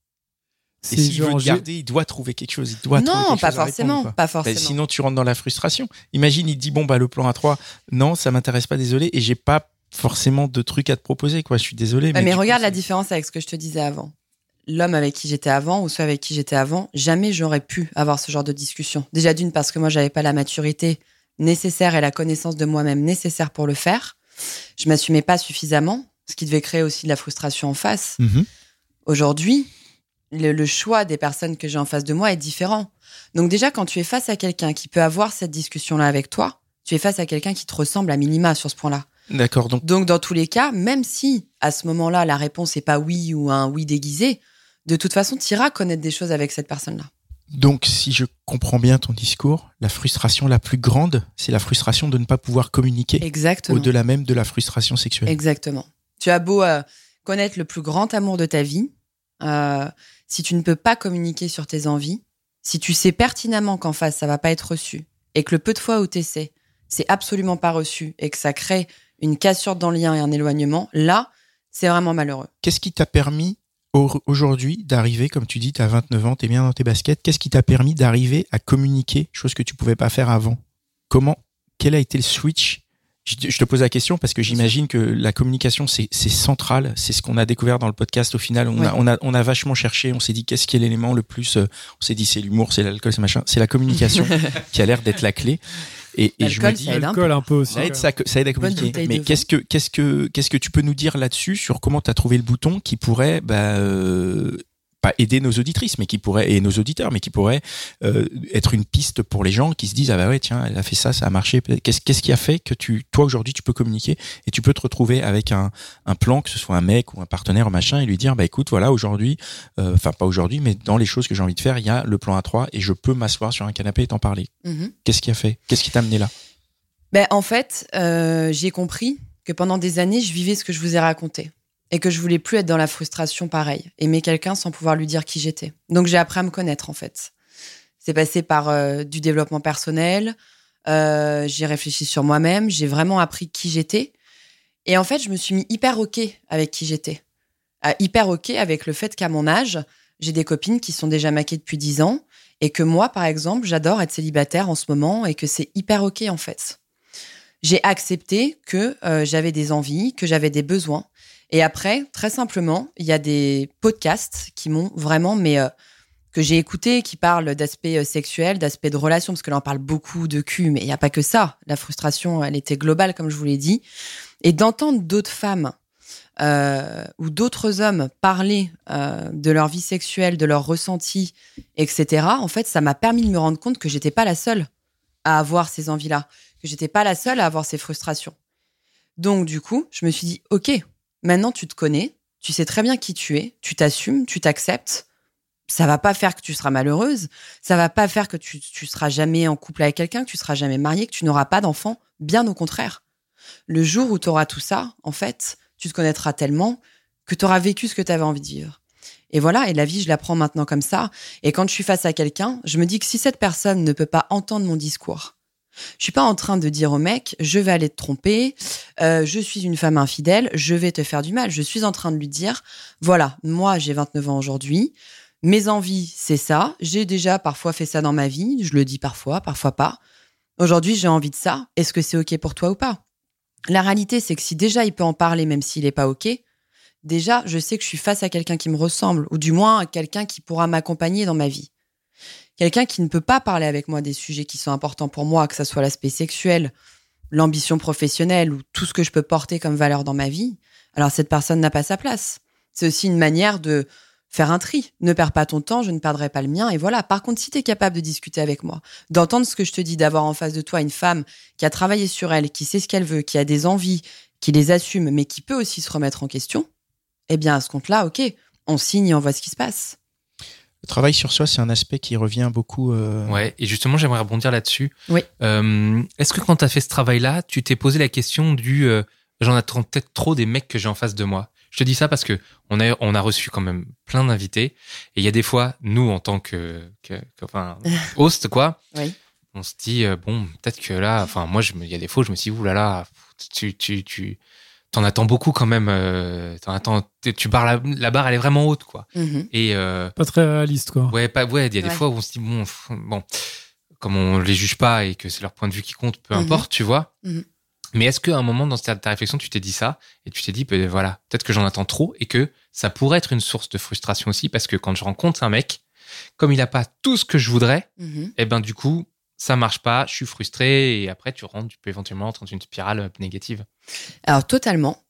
Et s'il veut te j'ai- garder, il doit trouver quelque chose. Il doit trouver Non, quelque pas chose à forcément, répondre, quoi. pas Ben, forcément. sinon, tu rentres dans la frustration. Imagine, il te dit, bon, bah, le plan A trois, non, ça m'intéresse pas, désolé, et j'ai pas forcément de trucs à te proposer, quoi. Je suis désolé. Ouais, Mais, mais du coup, regarde la c'est- différence avec ce que je te disais avant. L'homme avec qui j'étais avant ou ceux avec qui j'étais avant, jamais j'aurais pu avoir ce genre de discussion. Déjà d'une parce que moi j'avais pas la maturité nécessaire et la connaissance de moi-même nécessaire pour le faire. Je m'assumais pas suffisamment, ce qui devait créer aussi de la frustration en face. Mhm. Aujourd'hui, le, le choix des personnes que j'ai en face de moi est différent. Donc déjà quand tu es face à quelqu'un qui peut avoir cette discussion-là avec toi, tu es face à quelqu'un qui te ressemble à minima sur ce point-là. D'accord, donc, Donc, dans tous les cas, même si à ce moment-là, la réponse n'est pas oui ou un oui déguisé, de toute façon, tu iras connaître des choses avec cette personne-là. donc, si je comprends bien ton discours, la frustration la plus grande, c'est la frustration de ne pas pouvoir communiquer Exactement. au-delà même de la frustration sexuelle. Exactement. Tu as beau euh, connaître le plus grand amour de ta vie, euh, si tu ne peux pas communiquer sur tes envies, si tu sais pertinemment qu'en face, ça va pas être reçu, et que le peu de fois où tu essaies, c'est absolument pas reçu, et que ça crée une cassure dans le lien et un éloignement, là, c'est vraiment malheureux. Qu'est-ce qui t'a permis au- aujourd'hui d'arriver, comme tu dis, t'as vingt-neuf ans, t'es bien dans tes baskets, qu'est-ce qui t'a permis d'arriver à communiquer, chose que tu pouvais pas faire avant? Comment, quel a été le switch? Je te je te pose la question parce que j'imagine que la communication, c'est, c'est central. C'est ce qu'on a découvert dans le podcast. Au final, on, Ouais. a, on, a, on a vachement cherché. On s'est dit, qu'est-ce qui est l'élément le plus... euh, on s'est dit, c'est l'humour, c'est l'alcool, c'est machin. C'est la communication qui a l'air d'être la clé. Et, et je me L'alcool, dis... ça aide un L'alcool un peu aussi. Ça aide, ça, ça aide à Bonne communiquer. bouteille Mais de qu'est-ce que, qu'est-ce que, qu'est-ce que tu peux nous dire là-dessus sur comment tu as trouvé le bouton qui pourrait, bah, euh, pas aider nos auditrices, mais qui pourrait, et nos auditeurs, mais qui pourrait euh, être une piste pour les gens qui se disent, ah bah ouais, tiens, elle a fait ça, ça a marché. Qu'est-ce, qu'est-ce qui a fait que tu, toi aujourd'hui, tu peux communiquer et tu peux te retrouver avec un, un plan, que ce soit un mec ou un partenaire ou machin, et lui dire, bah écoute, voilà, aujourd'hui, euh, enfin pas aujourd'hui, mais dans les choses que j'ai envie de faire, il y a le plan A trois et je peux m'asseoir sur un canapé et t'en parler. Mhm. Qu'est-ce qui a fait? Qu'est-ce qui t'a amené là? Ben, en fait, euh, j'ai compris que pendant des années, je vivais ce que je vous ai raconté. Et que je voulais plus être dans la frustration pareil. Aimer quelqu'un sans pouvoir lui dire qui j'étais. Donc j'ai appris à me connaître, en fait. C'est passé par euh, du développement personnel. Euh, j'ai réfléchi sur moi-même. J'ai vraiment appris qui j'étais. Et en fait, je me suis mis hyper OK avec qui j'étais. Euh, hyper OK avec le fait qu'à mon âge, j'ai des copines qui sont déjà maquées depuis dix ans. Et que moi, par exemple, j'adore être célibataire en ce moment. Et que c'est hyper OK, en fait. J'ai accepté que euh, j'avais des envies, que j'avais des besoins. Et après, très simplement, il y a des podcasts qui m'ont vraiment, mais euh, que j'ai écoutés, qui parlent d'aspects sexuels, d'aspects de relations, parce que là, on parle beaucoup de cul, mais il n'y a pas que ça. La frustration, elle était globale, comme je vous l'ai dit. Et d'entendre d'autres femmes euh, ou d'autres hommes parler euh, de leur vie sexuelle, de leurs ressentis, et cetera, en fait, ça m'a permis de me rendre compte que j'étais pas la seule à avoir ces envies-là, que j'étais pas la seule à avoir ces frustrations. Donc, du coup, je me suis dit, OK, maintenant, tu te connais, tu sais très bien qui tu es, tu t'assumes, tu t'acceptes. Ça va pas faire que tu seras malheureuse, ça va pas faire que tu, tu seras jamais en couple avec quelqu'un, que tu seras jamais mariée, que tu n'auras pas d'enfant. Bien au contraire. Le jour où tu auras tout ça, en fait, tu te connaîtras tellement que tu auras vécu ce que tu avais envie de vivre. Et voilà, et la vie, je la prends maintenant comme ça. Et quand je suis face à quelqu'un, je me dis que si cette personne ne peut pas entendre mon discours, je suis pas en train de dire au mec, je vais aller te tromper, euh, je suis une femme infidèle, je vais te faire du mal. Je suis en train de lui dire, voilà, moi j'ai vingt-neuf ans aujourd'hui, mes envies c'est ça, j'ai déjà parfois fait ça dans ma vie, je le dis parfois, parfois pas. Aujourd'hui, j'ai envie de ça. Est-ce que c'est OK pour toi ou pas? La réalité, c'est que si déjà il peut en parler, même s'il n'est pas OK, déjà, je sais que je suis face à quelqu'un qui me ressemble, ou du moins à quelqu'un qui pourra m'accompagner dans ma vie. Quelqu'un qui ne peut pas parler avec moi des sujets qui sont importants pour moi, que ce soit l'aspect sexuel, l'ambition professionnelle ou tout ce que je peux porter comme valeur dans ma vie, alors cette personne n'a pas sa place. C'est aussi une manière de faire un tri. Ne perds pas ton temps, je ne perdrai pas le mien. Et voilà. Par contre, si tu es capable de discuter avec moi, d'entendre ce que je te dis, d'avoir en face de toi une femme qui a travaillé sur elle, qui sait ce qu'elle veut, qui a des envies, qui les assume, mais qui peut aussi se remettre en question, eh bien, à ce compte-là, OK, on signe et on voit ce qui se passe. Le travail sur soi, c'est un aspect qui revient beaucoup. Euh... Ouais, et justement, j'aimerais rebondir là-dessus. Oui. Euh, est-ce que quand tu as fait ce travail-là, tu t'es posé la question du euh, j'en attends peut-être trop des mecs que j'ai en face de moi? Je te dis ça parce que on a on a reçu quand même plein d'invités et il y a des fois nous en tant que, que, que enfin host quoi, oui. On se dit euh, bon peut-être que là, enfin moi je il y a des fois je me suis dit oulala tu tu tu t'en attends beaucoup quand même, euh, t'en attends tu barres la, la barre elle est vraiment haute quoi. Mm-hmm. Et euh, pas très réaliste quoi. Ouais pas ouais il y a des ouais. fois où on se dit bon bon comme on les juge pas et que c'est leur point de vue qui compte peu mm-hmm. importe tu vois. Mm-hmm. Mais est-ce qu'à un moment dans ta, ta réflexion, tu t'es dit ça et tu t'es dit, ben voilà, peut-être que j'en attends trop et que ça pourrait être une source de frustration aussi parce que quand je rencontre un mec, comme il n'a pas tout ce que je voudrais, mm-hmm. et ben du coup, ça marche pas, je suis frustré et après tu rentres, tu peux éventuellement entrer dans une spirale négative. Alors totalement,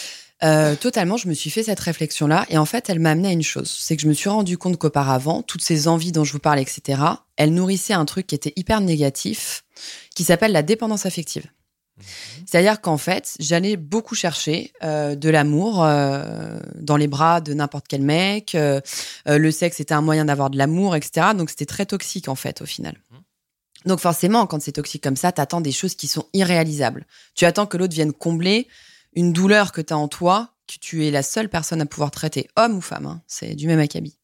euh, totalement, je me suis fait cette réflexion-là et en fait, elle m'a amené à une chose, c'est que je me suis rendu compte qu'auparavant, toutes ces envies dont je vous parle, et cetera, elles nourrissaient un truc qui était hyper négatif, qui s'appelle la dépendance affective. C'est-à-dire qu'en fait, j'allais beaucoup chercher euh, de l'amour euh, dans les bras de n'importe quel mec. Euh, euh, le sexe était un moyen d'avoir de l'amour, et cetera. Donc, c'était très toxique, en fait, au final. Donc, forcément, quand c'est toxique comme ça, t'attends des choses qui sont irréalisables. Tu attends que l'autre vienne combler une douleur que t'as en toi, que tu es la seule personne à pouvoir traiter, homme ou femme. Hein, c'est du même acabit.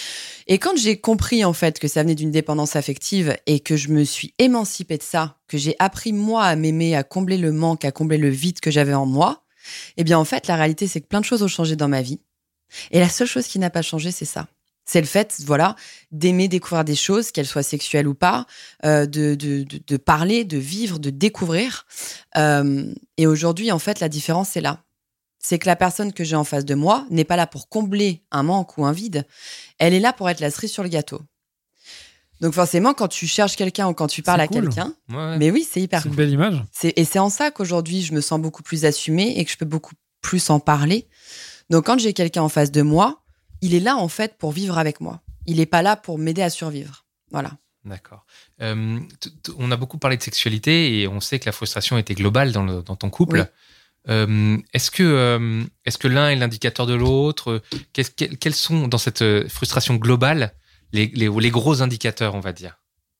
Et quand j'ai compris, en fait, que ça venait d'une dépendance affective et que je me suis émancipée de ça, que j'ai appris, moi, à m'aimer, à combler le manque, à combler le vide que j'avais en moi, eh bien, en fait, la réalité, c'est que plein de choses ont changé dans ma vie. Et la seule chose qui n'a pas changé, c'est ça. C'est le fait, voilà, d'aimer découvrir des choses, qu'elles soient sexuelles ou pas, euh, de, de, de, de parler, de vivre, de découvrir. Euh, et aujourd'hui, en fait, la différence, c'est là. C'est que la personne que j'ai en face de moi n'est pas là pour combler un manque ou un vide. Elle est là pour être la cerise sur le gâteau. Donc forcément, quand tu cherches quelqu'un ou quand tu parles c'est à cool. quelqu'un, ouais. mais oui, c'est hyper c'est cool. une belle image. C'est, et c'est en ça qu'aujourd'hui, je me sens beaucoup plus assumée et que je peux beaucoup plus en parler. Donc quand j'ai quelqu'un en face de moi, il est là en fait pour vivre avec moi. Il n'est pas là pour m'aider à survivre. Voilà. D'accord. Euh, t- t- on a beaucoup parlé de sexualité et on sait que la frustration était globale dans, le, dans ton couple. Oui. Euh, est-ce que euh, est-ce que l'un est l'indicateur de l'autre? Qu'est-ce, quels sont dans cette frustration globale les, les, les gros indicateurs, on va dire?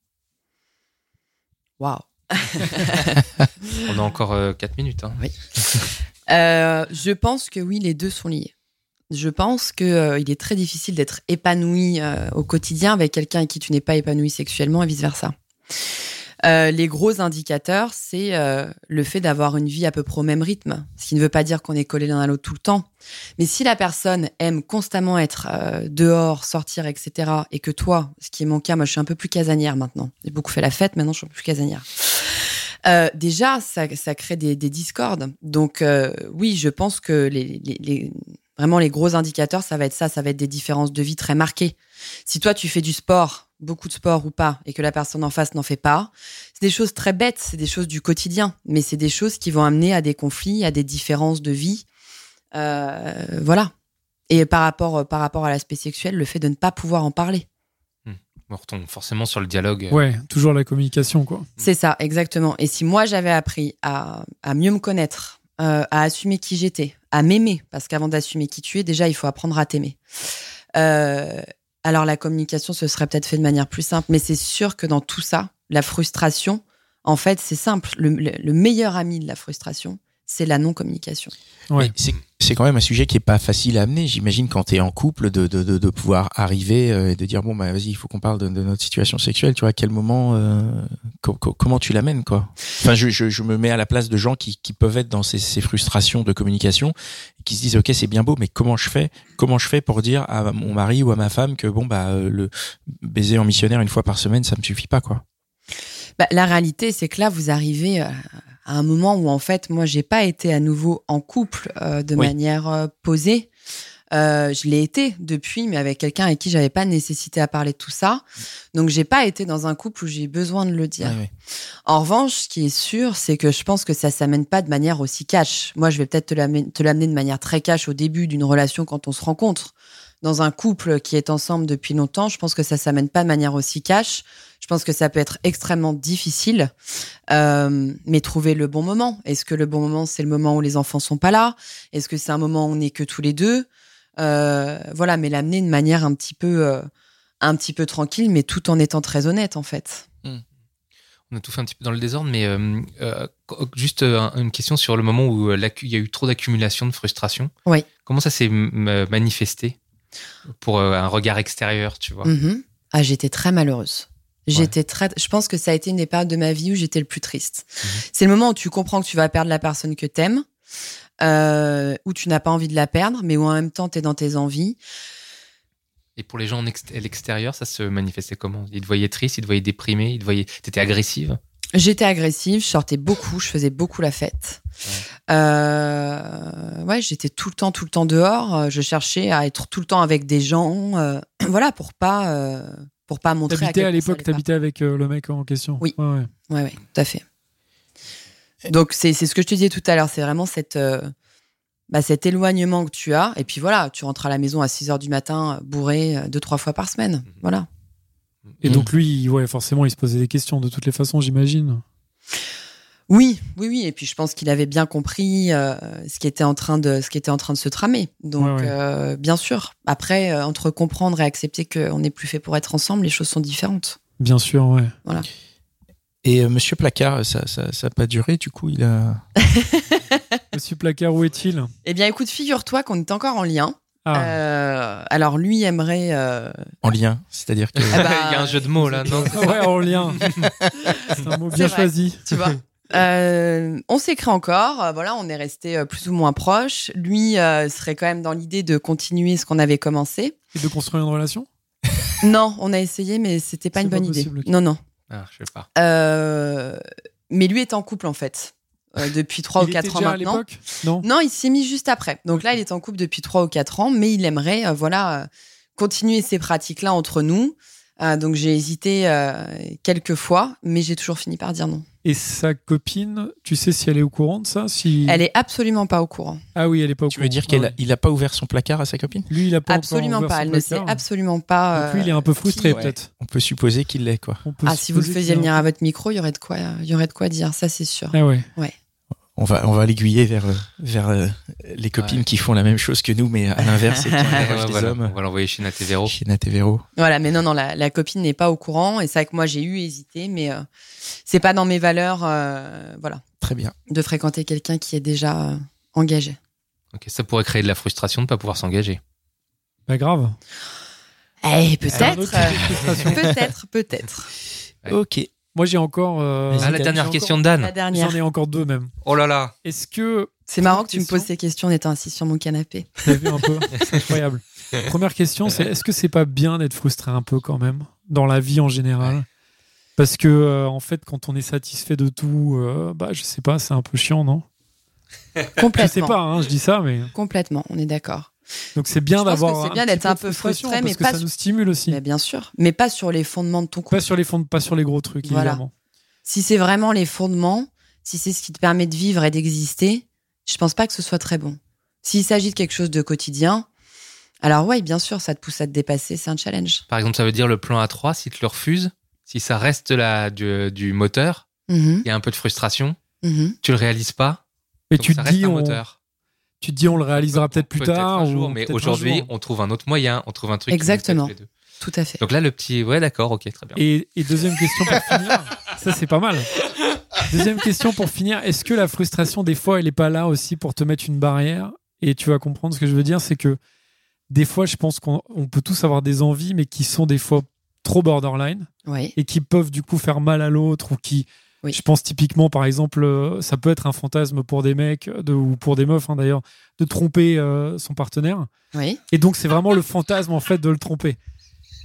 Waouh. On a encore euh, quatre minutes. Hein. Oui. euh, je pense que oui, les deux sont liés. Je pense qu'il euh, est très difficile d'être épanoui euh, au quotidien avec quelqu'un avec qui tu n'es pas épanoui sexuellement et vice-versa. Euh, les gros indicateurs, c'est euh, le fait d'avoir une vie à peu près au même rythme, ce qui ne veut pas dire qu'on est collé l'un à l'autre tout le temps. Mais si la personne aime constamment être euh, dehors, sortir, et cetera, et que toi, ce qui est mon cas, moi je suis un peu plus casanière maintenant. J'ai beaucoup fait la fête, maintenant je suis un peu plus casanière. Euh, déjà, ça, ça crée des, des discordes. Donc euh, oui, je pense que les, les, les, vraiment les gros indicateurs, ça va être ça, ça va être des différences de vie très marquées. Si toi tu fais du sport, beaucoup de sport ou pas, et que la personne en face n'en fait pas, c'est des choses très bêtes, c'est des choses du quotidien, mais c'est des choses qui vont amener à des conflits, à des différences de vie. Euh, voilà. Et par rapport, par rapport à l'aspect sexuel, le fait de ne pas pouvoir en parler. Mmh. On retombe forcément sur le dialogue. Ouais, toujours la communication, quoi. C'est ça, exactement. Et si moi, j'avais appris à, à mieux me connaître, euh, à assumer qui j'étais, à m'aimer, parce qu'avant d'assumer qui tu es, déjà, il faut apprendre à t'aimer. Euh, alors, la communication, ce serait peut-être fait de manière plus simple, mais c'est sûr que dans tout ça, la frustration, en fait, c'est simple. Le, le, le meilleur ami de la frustration, c'est la non-communication. Ouais. C'est, c'est quand même un sujet qui est pas facile à amener, j'imagine, quand t'es en couple, de, de, de, de pouvoir arriver euh, et de dire, bon, bah, vas-y, il faut qu'on parle de, de notre situation sexuelle, tu vois, à quel moment, euh, co- co- comment tu l'amènes, quoi. Enfin, je, je, je me mets à la place de gens qui, qui peuvent être dans ces, ces frustrations de communication, et qui se disent, ok, c'est bien beau, mais comment je fais, comment je fais pour dire à mon mari ou à ma femme que, bon, bah, le baiser en missionnaire une fois par semaine, ça me suffit pas, quoi. Bah, la réalité, c'est que là, vous arrivez à un moment où, en fait, moi, j'ai pas été à nouveau en couple euh, de oui. manière euh, posée. Euh, je l'ai été depuis, mais avec quelqu'un avec qui j'avais pas nécessité à parler de tout ça. Donc, j'ai pas été dans un couple où j'ai eu besoin de le dire. Oui, oui. En revanche, ce qui est sûr, c'est que je pense que ça s'amène pas de manière aussi cash. Moi, je vais peut-être te l'amener, te l'amener de manière très cash au début d'une relation quand on se rencontre. Dans un couple qui est ensemble depuis longtemps, je pense que ça s'amène pas de manière aussi cash. Je pense que ça peut être extrêmement difficile, euh, mais trouver le bon moment. Est-ce que le bon moment, c'est le moment où les enfants sont pas là ? Est-ce que c'est un moment où on n'est que tous les deux ? euh, Voilà, mais l'amener de manière un petit peu, euh, un petit peu tranquille, mais tout en étant très honnête, en fait. Mmh. On a tout fait un petit peu dans le désordre, mais euh, euh, juste euh, une question sur le moment où il y a eu trop d'accumulation de frustration. Oui. Comment ça s'est m- manifesté pour euh, un regard extérieur, tu vois ? Mmh. Ah, j'étais très malheureuse. J'étais ouais. très. Je pense que ça a été une des périodes de ma vie où j'étais le plus triste. Mmh. C'est le moment où tu comprends que tu vas perdre la personne que t'aimes, euh, où tu n'as pas envie de la perdre, mais où en même temps t'es dans tes envies. Et pour les gens à l'extérieur, ça se manifestait comment ? Ils te voyaient triste, ils te voyaient déprimé, ils te voyaient. T'étais agressive ? J'étais agressive, je sortais beaucoup, je faisais beaucoup la fête. Ouais. Euh, ouais, j'étais tout le temps, tout le temps dehors. Je cherchais à être tout le temps avec des gens, euh, voilà, pour pas. Euh, Pour pas montrer. T'habitais à, à l'époque, t'habitais avec euh, le mec en question. Oui. Ouais, ouais, ouais, ouais tout à fait. Donc c'est c'est ce que je te disais tout à l'heure, c'est vraiment cette euh, bah, cet éloignement que tu as. Et puis voilà, tu rentres à la maison à six heures du matin, bourré deux trois fois par semaine. Mmh. Voilà. Et mmh. donc lui, ouais, forcément, il se posait des questions de toutes les façons, j'imagine. Oui, oui, oui. Et puis je pense qu'il avait bien compris euh, ce qui était en train de, ce qui était en train de se tramer. Donc, ouais, ouais. Euh, bien sûr. Après, euh, entre comprendre et accepter qu'on n'est plus fait pour être ensemble, les choses sont différentes. Bien sûr, ouais. Voilà. Et euh, Monsieur Placard, ça, ça, ça a pas duré. Du coup, il a. Monsieur Placard, où est-il ? Eh bien, écoute, figure-toi qu'on est encore en lien. Ah. Euh, alors lui aimerait euh... en lien, c'est-à-dire que ah bah, il y a un jeu de mots là, non ? Ouais, en lien. C'est un mot bien choisi. Tu vois. Euh, on s'écrit encore, euh, voilà, on est resté euh, plus ou moins proches. Lui euh, serait quand même dans l'idée de continuer ce qu'on avait commencé. Et de construire une relation ? Non, on a essayé, mais c'était pas C'est une pas bonne possible, idée. Okay. Non, non. Ah, je sais pas. Euh, mais lui est en couple en fait, euh, depuis trois ou quatre ans déjà maintenant. À l'époque ? Non. Non, il s'est mis juste après. Donc là, il est en couple depuis trois ou quatre ans, mais il aimerait, euh, voilà, euh, continuer ces pratiques-là entre nous. Euh, donc j'ai hésité euh, quelques fois, mais j'ai toujours fini par dire non. Et sa copine, tu sais si elle est au courant de ça ? Si... Elle est absolument pas au courant. Ah oui, elle est pas au tu courant. Tu veux dire qu'il ah ouais. a pas ouvert son placard à sa copine ? Lui, il a pas absolument encore pas. ouvert Elle son ne placard. sait absolument pas. Donc lui, il est un peu frustré, qui... peut-être. Ouais. On peut supposer qu'il l'est, quoi. Ah, si vous le faisiez venir à votre micro, il y aurait de quoi, il y aurait de quoi dire. Ça, c'est sûr. Ah ouais. Ouais. On va, on va l'aiguiller vers, vers euh, les copines ouais. qui font la même chose que nous, mais à l'inverse, c'est ouais, des voilà. hommes. On va l'envoyer chez Natévéro. Chez Natévéro. Voilà, mais non, non, la, la copine n'est pas au courant. Et c'est vrai que moi, j'ai eu hésité, mais euh, c'est pas dans mes valeurs, euh, voilà. Très bien. De fréquenter quelqu'un qui est déjà euh, engagé. Ok, ça pourrait créer de la frustration de ne pas pouvoir s'engager. Pas grave. Eh, peut-être. Euh, peut-être, peut-être. Ouais. Ok. Moi, j'ai encore. Euh, ah, la dernière question de Dan. La dernière. J'en ai encore deux même. Oh là là. Est-ce que. C'est marrant que tu me poses ces questions en étant assis sur mon canapé. T'as vu un peu ? C'est incroyable. Première question, c'est est-ce que c'est pas bien d'être frustré un peu quand même dans la vie en général ? Parce que euh, en fait, quand on est satisfait de tout, euh, bah je sais pas, c'est un peu chiant, non ? Complètement. Je sais pas, hein, je dis ça, mais. Complètement, on est d'accord. Donc c'est bien je pense d'avoir. Que c'est bien d'être un peu frustré, parce mais que pas. Ça nous stimule aussi. Mais bien sûr, mais pas sur les fondements de ton couple. Pas sur les fonds, pas sur les gros trucs, voilà. Évidemment. Si c'est vraiment les fondements, si c'est ce qui te permet de vivre et d'exister, je pense pas que ce soit très bon. S'il s'agit de quelque chose de quotidien, alors ouais, bien sûr, ça te pousse à te dépasser, c'est un challenge. Par exemple, ça veut dire le plan A trois, si tu le refuses, si ça reste là du, du moteur, il mm-hmm. y a un peu de frustration, mm-hmm. tu le réalises pas, et donc tu ça te reste dis un on... moteur. Tu te dis on le réalisera peut-être plus peut-être tard, un jour, ou mais aujourd'hui, on trouve un autre moyen, on trouve un truc. Exactement. Qui nous Tout à fait. Donc là, le petit, ouais, d'accord, ok, très bien. Et, et deuxième question pour finir, ça c'est pas mal. Deuxième question pour finir, est-ce que la frustration des fois, elle est pas là aussi pour te mettre une barrière ? Et tu vas comprendre ce que je veux dire, c'est que des fois, je pense qu'on on peut tous avoir des envies, mais qui sont des fois trop borderline, oui. et qui peuvent du coup faire mal à l'autre, ou qui, oui. je pense typiquement, par exemple, ça peut être un fantasme pour des mecs, de, ou pour des meufs hein, d'ailleurs, de tromper euh, son partenaire. Oui. Et donc, c'est vraiment le fantasme en fait de le tromper.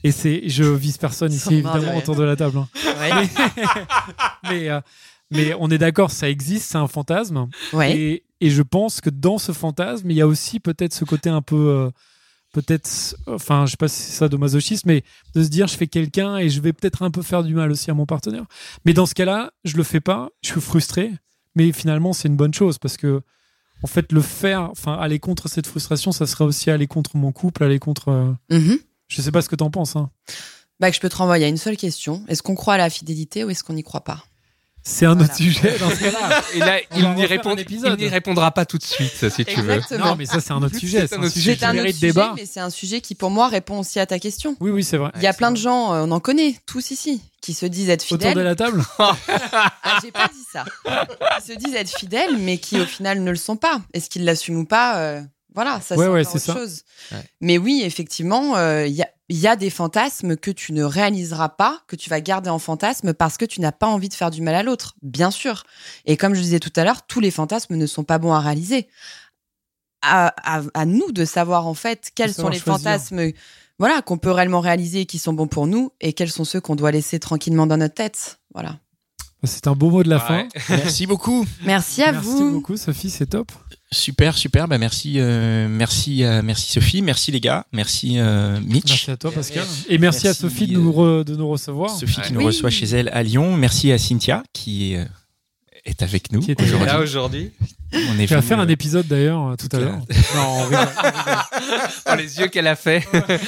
Et c'est, je vise personne ici, évidemment, autour de la table. Hein. Ouais. Mais, mais, euh, mais on est d'accord, ça existe, c'est un fantasme. Ouais. Et, et je pense que dans ce fantasme, il y a aussi peut-être ce côté un peu, euh, peut-être, enfin, je sais pas si c'est ça de masochisme, mais de se dire, je fais quelqu'un et je vais peut-être un peu faire du mal aussi à mon partenaire. Mais dans ce cas-là, je le fais pas, je suis frustré, mais finalement, c'est une bonne chose parce que, en fait, le faire, enfin, aller contre cette frustration, ça serait aussi aller contre mon couple, aller contre. Euh... Mm-hmm. Je sais pas ce que t'en penses. Hein. Bah, que je peux te renvoyer à une seule question. Est-ce qu'on croit à la fidélité ou est-ce qu'on n'y croit pas? C'est un voilà. autre sujet dans ce cas-là. Et là, On il va n'y, refaire répond, un épisode. il n'y répondra pas tout de suite, si tu veux. Exactement. Non, mais ça, c'est un autre sujet. C'est un, un autre sujet C'est qui un autre mérite sujet, débat. mais c'est un sujet qui, pour moi, répond aussi à ta question. Oui, oui, c'est vrai. Il y a c'est plein vrai. de gens, euh, on en connaît tous ici, qui se disent être fidèles. Autour de la table. Ah, j'ai pas dit ça. Ils se disent être fidèles, mais qui au final ne le sont pas. Est-ce qu'ils l'assument ou pas euh, Voilà, ça Ouais, c'est ouais, encore c'est autre ça. chose. Ouais. Mais oui, effectivement, il euh, y, a, y a des fantasmes que tu ne réaliseras pas, que tu vas garder en fantasme parce que tu n'as pas envie de faire du mal à l'autre, bien sûr. Et comme je disais tout à l'heure, tous les fantasmes ne sont pas bons à réaliser. À, à, à nous de savoir en fait quels sont les choisir. fantasmes, voilà, qu'on peut réellement réaliser et qui sont bons pour nous, et quels sont ceux qu'on doit laisser tranquillement dans notre tête. Voilà. C'est un beau mot de la Ouais. fin. Merci beaucoup. Merci à Merci vous. beaucoup, Sophie, c'est top. Super, super. Bah merci, euh, merci, euh, merci Sophie, merci les gars, merci euh, Mitch, Merci à toi, Pascal. Et merci, Merci, à Sophie de nous, re- de nous recevoir. Sophie Ouais. qui nous Oui. reçoit chez elle à Lyon. Merci à Cynthia qui est, est avec nous Qui était aujourd'hui. Là, aujourd'hui, On est Tu vas venu, faire un euh, épisode d'ailleurs euh, tout à là. l'heure. Non, on rigole, on rigole. dans les yeux qu'elle a fait.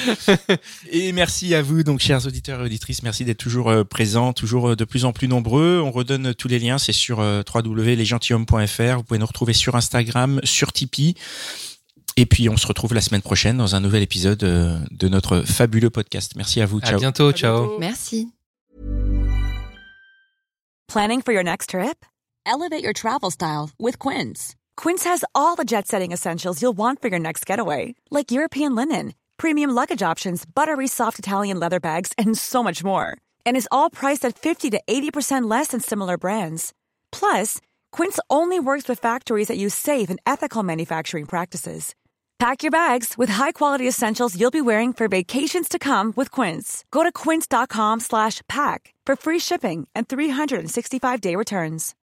Et merci à vous, donc chers auditeurs et auditrices, merci d'être toujours euh, présents, toujours euh, de plus en plus nombreux. On redonne tous les liens, c'est sur euh, w w w point les gentilshommes point f r. Vous pouvez nous retrouver sur Instagram, sur Tipeee. Et puis on se retrouve la semaine prochaine dans un nouvel épisode euh, de notre fabuleux podcast. Merci à vous, À ciao. bientôt, À ciao. bientôt. Merci. Planning for your next trip? Elevate your travel style with Quince. Quince has all the jet-setting essentials you'll want for your next getaway, like European linen, premium luggage options, buttery soft Italian leather bags, and so much more. And is all priced at fifty to eighty percent less than similar brands. Plus, Quince only works with factories that use safe and ethical manufacturing practices. Pack your bags with high-quality essentials you'll be wearing for vacations to come with Quince. Go to quince dot com slash pack for free shipping and three sixty-five day returns.